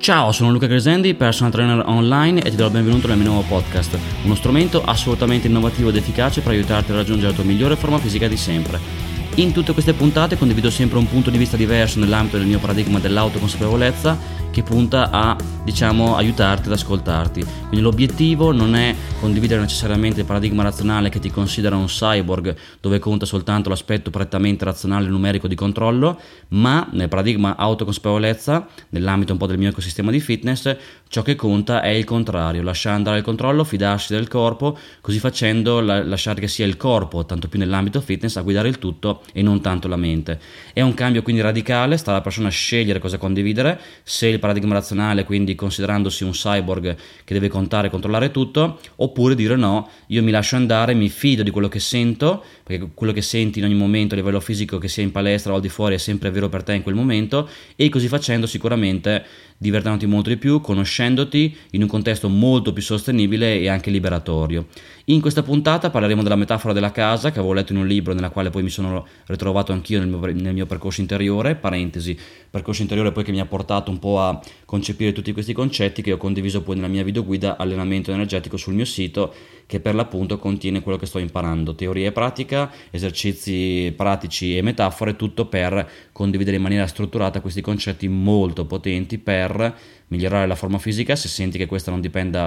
Ciao, sono Luca Gresendi, personal trainer online e ti do il benvenuto nel mio nuovo podcast, uno strumento assolutamente innovativo ed efficace per aiutarti a raggiungere la tua migliore forma fisica di sempre. In tutte queste puntate condivido sempre un punto di vista diverso nell'ambito del mio paradigma dell'autoconsapevolezza che punta a, aiutarti ad ascoltarti. Quindi l'obiettivo non è condividere necessariamente il paradigma razionale che ti considera un cyborg dove conta soltanto l'aspetto prettamente razionale e numerico di controllo, ma nel paradigma autoconsapevolezza, nell'ambito un po' del mio ecosistema di fitness, ciò che conta è il contrario, lasciare andare il controllo, fidarsi del corpo, così facendo lasciare che sia il corpo, tanto più nell'ambito fitness, a guidare il tutto e non tanto la mente. È un cambio quindi radicale, sta alla persona a scegliere cosa condividere, se il paradigma razionale, quindi considerandosi un cyborg che deve contare e controllare tutto, oppure dire no, io mi lascio andare, mi fido di quello che sento, perché quello che senti in ogni momento a livello fisico, che sia in palestra o al di fuori, è sempre vero per te in quel momento, e così facendo sicuramente divertendoti molto di più, conoscendoti in un contesto molto più sostenibile e anche liberatorio. In questa puntata parleremo della metafora della casa che avevo letto in un libro nella quale poi mi sono ritrovato anch'io nel mio percorso interiore, percorso interiore poi che mi ha portato un po' a concepire tutti questi concetti che ho condiviso poi nella mia videoguida Allenamento Energetico sul mio sito, che per l'appunto contiene quello che sto imparando, teoria e pratica, esercizi pratici e metafore, tutto per condividere in maniera strutturata questi concetti molto potenti per migliorare la forma fisica, se senti che questa non dipenda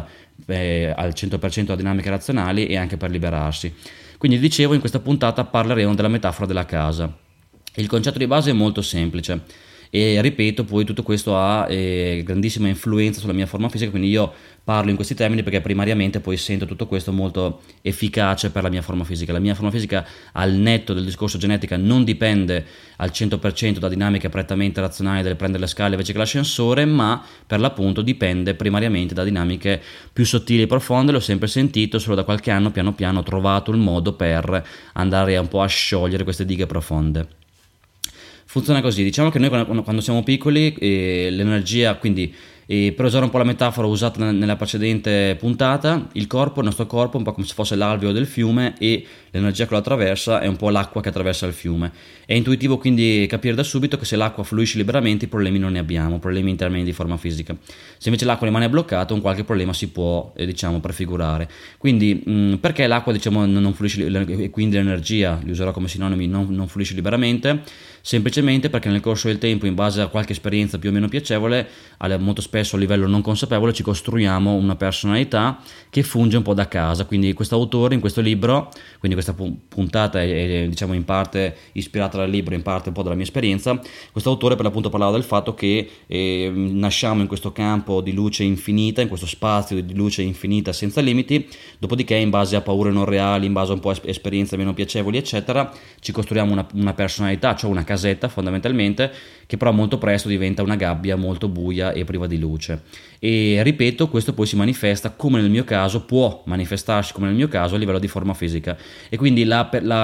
al 100% da dinamiche razionali, e anche per liberarsi. Quindi dicevo, in questa puntata parleremo della metafora della casa. Il concetto di base è molto semplice e ripeto, poi tutto questo ha grandissima influenza sulla mia forma fisica, quindi io parlo in questi termini perché primariamente poi sento tutto questo molto efficace per la mia forma fisica. La mia forma fisica, al netto del discorso genetica, non dipende al 100% da dinamiche prettamente razionali del prendere le scale invece che l'ascensore, ma per l'appunto dipende primariamente da dinamiche più sottili e profonde. L'ho sempre sentito, solo da qualche anno piano piano ho trovato il modo per andare un po' a sciogliere queste dighe profonde. Funziona così, diciamo che noi quando siamo piccoli l'energia, quindi per usare un po' la metafora usata nella precedente puntata, il nostro corpo è un po' come se fosse l'alveo del fiume e l'energia che lo attraversa è un po' l'acqua che attraversa il fiume. È intuitivo quindi capire da subito che se l'acqua fluisce liberamente i problemi non ne abbiamo, problemi in termini di forma fisica. Se invece l'acqua rimane bloccata, un qualche problema si può prefigurare. Quindi perché l'acqua non fluisce e quindi l'energia, li userò come sinonimi, non fluisce liberamente? Semplicemente perché nel corso del tempo, in base a qualche esperienza più o meno piacevole, molto spesso a livello non consapevole ci costruiamo una personalità che funge un po' da casa. Quindi questo autore in questo libro, quindi questa puntata è in parte ispirata dal libro, in parte un po' dalla mia esperienza. Questo autore per l'appunto parlava del fatto che nasciamo in questo campo di luce infinita, in questo spazio di luce infinita senza limiti, dopodiché in base a paure non reali, in base a un po' a esperienze meno piacevoli eccetera, ci costruiamo una personalità, cioè una casetta fondamentalmente, che però molto presto diventa una gabbia molto buia e priva di luce. E ripeto, questo poi si manifesta, come nel mio caso, può manifestarsi come nel mio caso a livello di forma fisica. E quindi la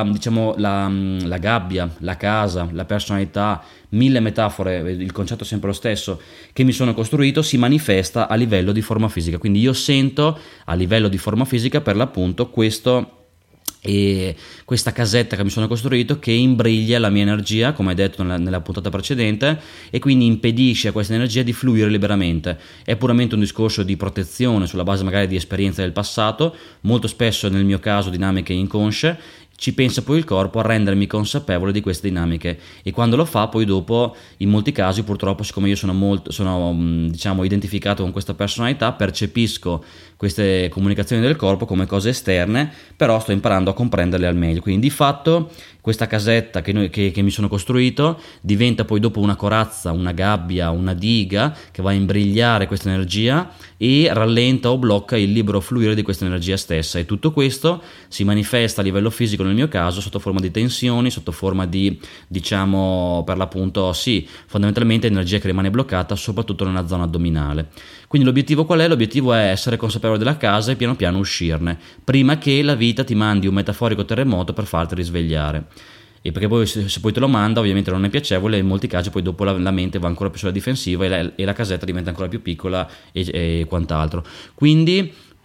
gabbia, la casa, la personalità, 1000 metafore, il concetto è sempre lo stesso, che mi sono costruito, si manifesta a livello di forma fisica. Quindi io sento a livello di forma fisica per l'appunto questa casetta che mi sono costruito, che imbriglia la mia energia, come detto nella puntata precedente, e quindi impedisce a questa energia di fluire liberamente. È puramente un discorso di protezione sulla base magari di esperienze del passato, molto spesso nel mio caso dinamiche inconsce. Ci pensa poi il corpo a rendermi consapevole di queste dinamiche, e quando lo fa poi dopo, in molti casi purtroppo, siccome io sono identificato con questa personalità, percepisco queste comunicazioni del corpo come cose esterne, però sto imparando a comprenderle al meglio. Quindi di fatto questa casetta che mi sono costruito diventa poi dopo una corazza, una gabbia, una diga che va a imbrigliare questa energia e rallenta o blocca il libero fluire di questa energia stessa, e tutto questo si manifesta a livello fisico nel mio caso sotto forma di tensioni, sotto forma di per l'appunto fondamentalmente energia che rimane bloccata soprattutto nella zona addominale. Quindi l'obiettivo qual è? L'obiettivo è essere consapevole della casa e piano piano uscirne, prima che la vita ti mandi un metaforico terremoto per farti risvegliare. E perché poi se poi te lo manda ovviamente non è piacevole, e in molti casi poi dopo la mente va ancora più sulla difensiva e la casetta diventa ancora più piccola e quant'altro. Quindi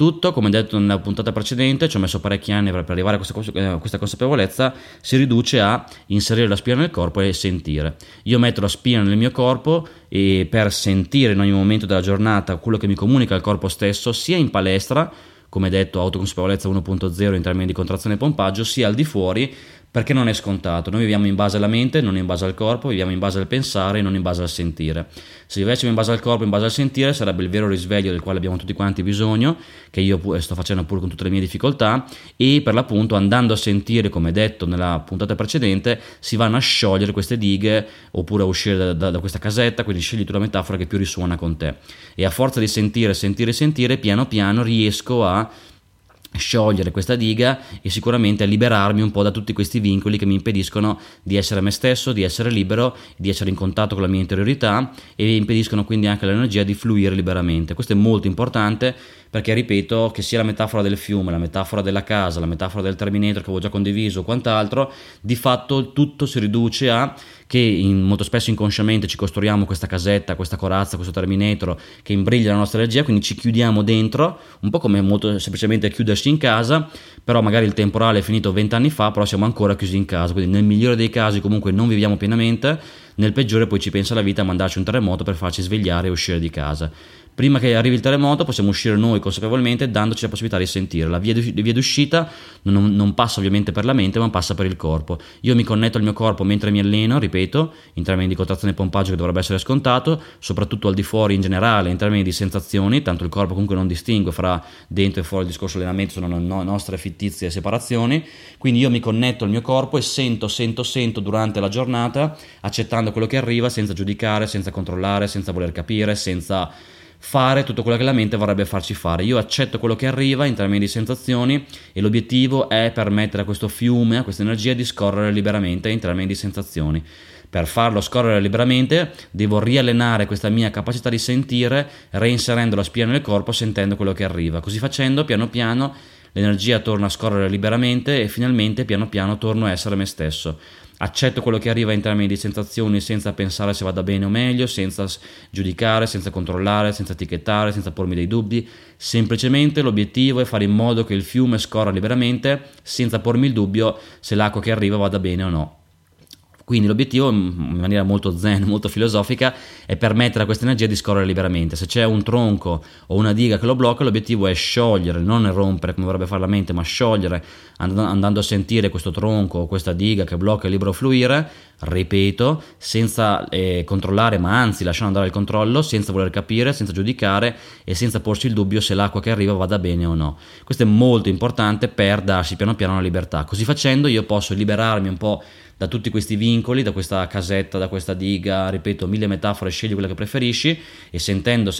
Tutto, come detto nella puntata precedente, ci ho messo parecchi anni per arrivare a questa consapevolezza, si riduce a inserire la spina nel corpo e sentire. Io metto la spina nel mio corpo e per sentire in ogni momento della giornata quello che mi comunica il corpo stesso, sia in palestra, come detto autoconsapevolezza 1.0 in termini di contrazione e pompaggio, sia al di fuori, perché non è scontato. Noi viviamo in base alla mente, non in base al corpo, viviamo in base al pensare e non in base al sentire. Se vivessimo in base al corpo, in base al sentire, sarebbe il vero risveglio del quale abbiamo tutti quanti bisogno, che io sto facendo pure con tutte le mie difficoltà, e per l'appunto andando a sentire, come detto nella puntata precedente, si vanno a sciogliere queste dighe oppure a uscire da questa casetta, quindi scegli tu la metafora che più risuona con te. E a forza di sentire, piano piano riesco a sciogliere questa diga e sicuramente a liberarmi un po' da tutti questi vincoli che mi impediscono di essere me stesso, di essere libero, di essere in contatto con la mia interiorità e impediscono quindi anche all'energia di fluire liberamente. Questo è molto importante perché, ripeto, che sia la metafora del fiume, la metafora della casa, la metafora del Terminator che avevo già condiviso o quant'altro, di fatto tutto si riduce a che molto spesso inconsciamente ci costruiamo questa casetta, questa corazza, questo Terminator che imbriglia la nostra energia, quindi ci chiudiamo dentro, un po' come molto semplicemente chiudersi in casa, però magari il temporale è finito 20 anni fa, però siamo ancora chiusi in casa, quindi nel migliore dei casi comunque non viviamo pienamente, nel peggiore poi ci pensa la vita a mandarci un terremoto per farci svegliare e uscire di casa. Prima che arrivi il terremoto possiamo uscire noi consapevolmente dandoci la possibilità di sentire. La via d'uscita non passa ovviamente per la mente ma passa per il corpo. Io mi connetto al mio corpo mentre mi alleno, ripeto, in termini di contrazione e pompaggio che dovrebbe essere scontato, soprattutto al di fuori in generale, in termini di sensazioni, tanto il corpo comunque non distingue fra dentro e fuori il discorso allenamento, sono nostre fittizie separazioni, quindi io mi connetto al mio corpo e sento durante la giornata, accettando quello che arriva senza giudicare, senza controllare, senza voler capire, senza fare tutto quello che la mente vorrebbe farci fare. Io accetto quello che arriva in termini di sensazioni e l'obiettivo è permettere a questo fiume, a questa energia di scorrere liberamente in termini di sensazioni. Per farlo scorrere liberamente devo riallenare questa mia capacità di sentire, reinserendo la spina nel corpo, sentendo quello che arriva. Così facendo, piano piano l'energia torna a scorrere liberamente e finalmente piano piano torno a essere me stesso. Accetto quello che arriva in termini di sensazioni senza pensare se vada bene o meglio, senza giudicare, senza controllare, senza etichettare, senza pormi dei dubbi. Semplicemente l'obiettivo è fare in modo che il fiume scorra liberamente senza pormi il dubbio se l'acqua che arriva vada bene o no. Quindi l'obiettivo, in maniera molto zen, molto filosofica, è permettere a questa energia di scorrere liberamente. Se c'è un tronco o una diga che lo blocca, l'obiettivo è sciogliere, non rompere come vorrebbe fare la mente, ma sciogliere, andando a sentire questo tronco o questa diga che blocca il libero fluire, ripeto, senza controllare, ma anzi lasciando andare il controllo, senza voler capire, senza giudicare e senza porsi il dubbio se l'acqua che arriva vada bene o no. Questo è molto importante per darsi piano piano una libertà. Così facendo io posso liberarmi un po' da tutti questi vincoli, da questa casetta, da questa diga, ripeto, 1000 metafore, scegli quella che preferisci e sentendo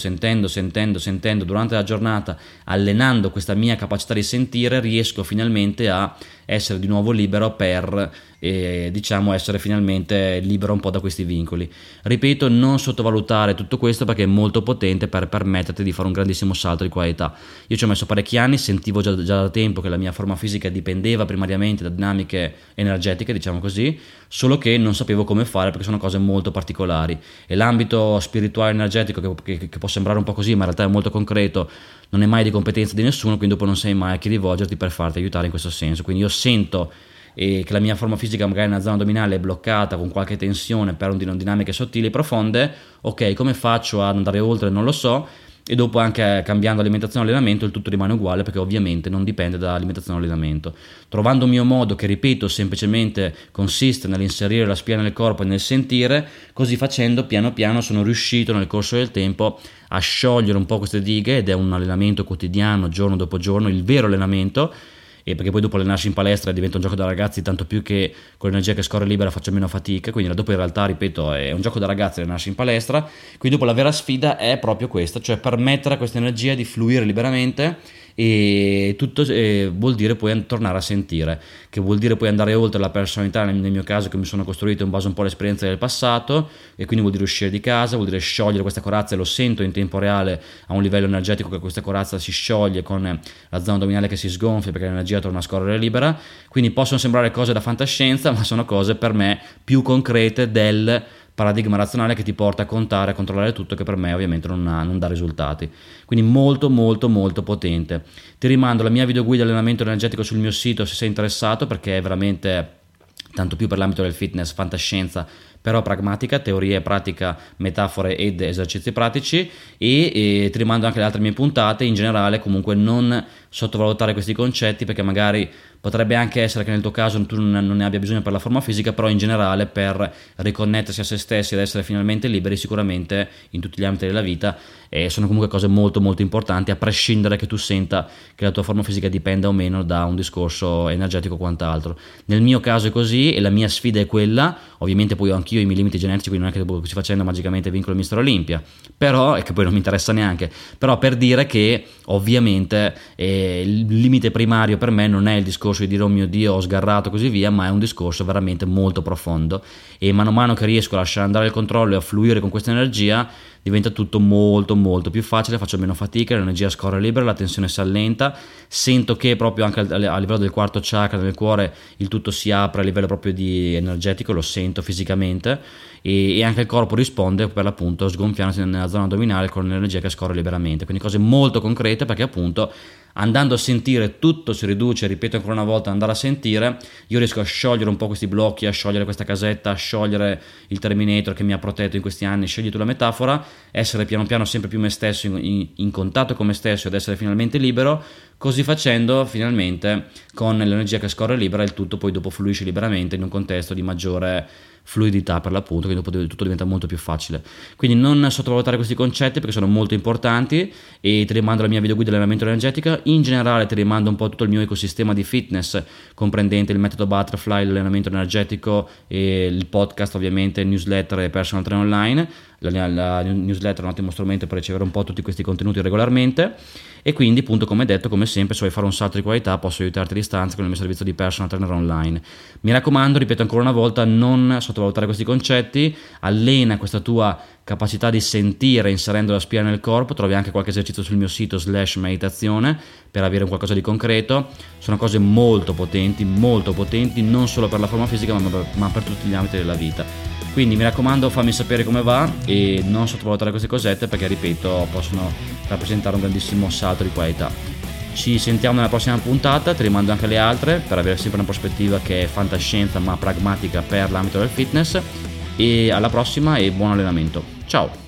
durante la giornata, allenando questa mia capacità di sentire, riesco finalmente a essere di nuovo libero per essere finalmente libero un po' da questi vincoli. Ripeto, non sottovalutare tutto questo perché è molto potente per permetterti di fare un grandissimo salto di qualità. Io ci ho messo parecchi anni, sentivo già da tempo che la mia forma fisica dipendeva primariamente da dinamiche energetiche, diciamo così, solo che non sapevo come fare perché sono cose molto particolari e l'ambito spirituale energetico che può sembrare un po' così ma in realtà è molto concreto, non è mai di competenza di nessuno, quindi dopo non sai mai a chi rivolgerti per farti aiutare in questo senso. Quindi io sento che la mia forma fisica magari nella zona addominale è bloccata con qualche tensione per dinamiche sottili e profonde, ok, come faccio ad andare oltre? Non lo so, e dopo anche cambiando alimentazione e allenamento il tutto rimane uguale perché ovviamente non dipende da alimentazione e allenamento. Trovando un mio modo che, ripeto, semplicemente consiste nell'inserire la spina nel corpo e nel sentire, così facendo piano piano sono riuscito nel corso del tempo a sciogliere un po' queste dighe ed è un allenamento quotidiano, giorno dopo giorno, il vero allenamento, e perché poi dopo allenarsi in palestra diventa un gioco da ragazzi, tanto più che con l'energia che scorre libera faccio meno fatica, quindi dopo in realtà, ripeto, è un gioco da ragazzi allenarsi in palestra, quindi dopo la vera sfida è proprio questa, cioè permettere a questa energia di fluire liberamente e tutto vuol dire poi tornare a sentire, che vuol dire poi andare oltre la personalità, nel mio caso che mi sono costruito in base un po' all'esperienza del passato, e quindi vuol dire uscire di casa, vuol dire sciogliere questa corazza, e lo sento in tempo reale a un livello energetico che questa corazza si scioglie con la zona addominale che si sgonfia perché l'energia torna a scorrere libera. Quindi possono sembrare cose da fantascienza ma sono cose per me più concrete del paradigma razionale che ti porta a contare, a controllare tutto, che per me ovviamente non dà risultati. Quindi molto molto molto potente. Ti rimando la mia videoguida allenamento energetico sul mio sito se sei interessato, perché è veramente, tanto più per l'ambito del fitness, fantascienza, però pragmatica, teoria e pratica, metafore ed esercizi pratici, e ti rimando anche le altre mie puntate. In generale comunque non sottovalutare questi concetti, perché magari potrebbe anche essere che nel tuo caso tu non ne abbia bisogno per la forma fisica, però in generale per riconnettersi a se stessi ed essere finalmente liberi, sicuramente in tutti gli ambiti della vita, sono comunque cose molto molto importanti, a prescindere che tu senta che la tua forma fisica dipenda o meno da un discorso energetico o quant'altro. Nel mio caso è così e la mia sfida è quella. Ovviamente poi ho anch'io i miei limiti genetici, quindi non è che così facendo magicamente vinco il Mister Olimpia, però, e che poi non mi interessa neanche, però per dire che ovviamente il limite primario per me non è il discorso di dire oh mio Dio ho sgarrato così via, ma è un discorso veramente molto profondo, e mano a mano che riesco a lasciare andare il controllo e a fluire con questa energia diventa tutto molto molto più facile, faccio meno fatica, l'energia scorre libera, la tensione si allenta, sento che proprio anche a livello del quarto chakra del cuore il tutto si apre a livello proprio di energetico, lo sento fisicamente, e anche il corpo risponde per l'appunto sgonfiandosi nella zona addominale con l'energia che scorre liberamente. Quindi cose molto concrete, perché appunto andando a sentire tutto si riduce, ripeto ancora una volta, andare a sentire, io riesco a sciogliere un po' questi blocchi, a sciogliere questa casetta, a sciogliere il Terminator che mi ha protetto in questi anni, scegli tu la metafora, essere piano piano sempre più me stesso, in contatto con me stesso ed essere finalmente libero. Così facendo finalmente con l'energia che scorre libera il tutto poi dopo fluisce liberamente in un contesto di maggiore fluidità, per l'appunto, che dopo tutto diventa molto più facile. Quindi non sottovalutare questi concetti, perché sono molto importanti, e ti rimando la mia videoguida allenamento energetica. In generale ti rimando un po' tutto il mio ecosistema di fitness, comprendente il metodo Butterfly, l'allenamento energetico e il podcast, ovviamente newsletter e personal trainer online. La newsletter è un ottimo strumento per ricevere un po' tutti questi contenuti regolarmente, e quindi appunto, come detto, come sempre, se vuoi fare un salto di qualità posso aiutarti a distanza con il mio servizio di personal trainer online. Mi raccomando, ripeto ancora una volta, non sottovalutare questi concetti, allena questa tua capacità di sentire inserendo la spia nel corpo. Trovi anche qualche esercizio sul mio sito /meditazione per avere un qualcosa di concreto. Sono cose molto potenti, non solo per la forma fisica ma per tutti gli ambiti della vita. Quindi mi raccomando, fammi sapere come va e non sottovalutare queste cosette, perché ripeto possono rappresentare un grandissimo salto di qualità. Ci sentiamo nella prossima puntata, ti rimando anche le altre per avere sempre una prospettiva che è fantascienza ma pragmatica per l'ambito del fitness, e alla prossima e buon allenamento. Ciao!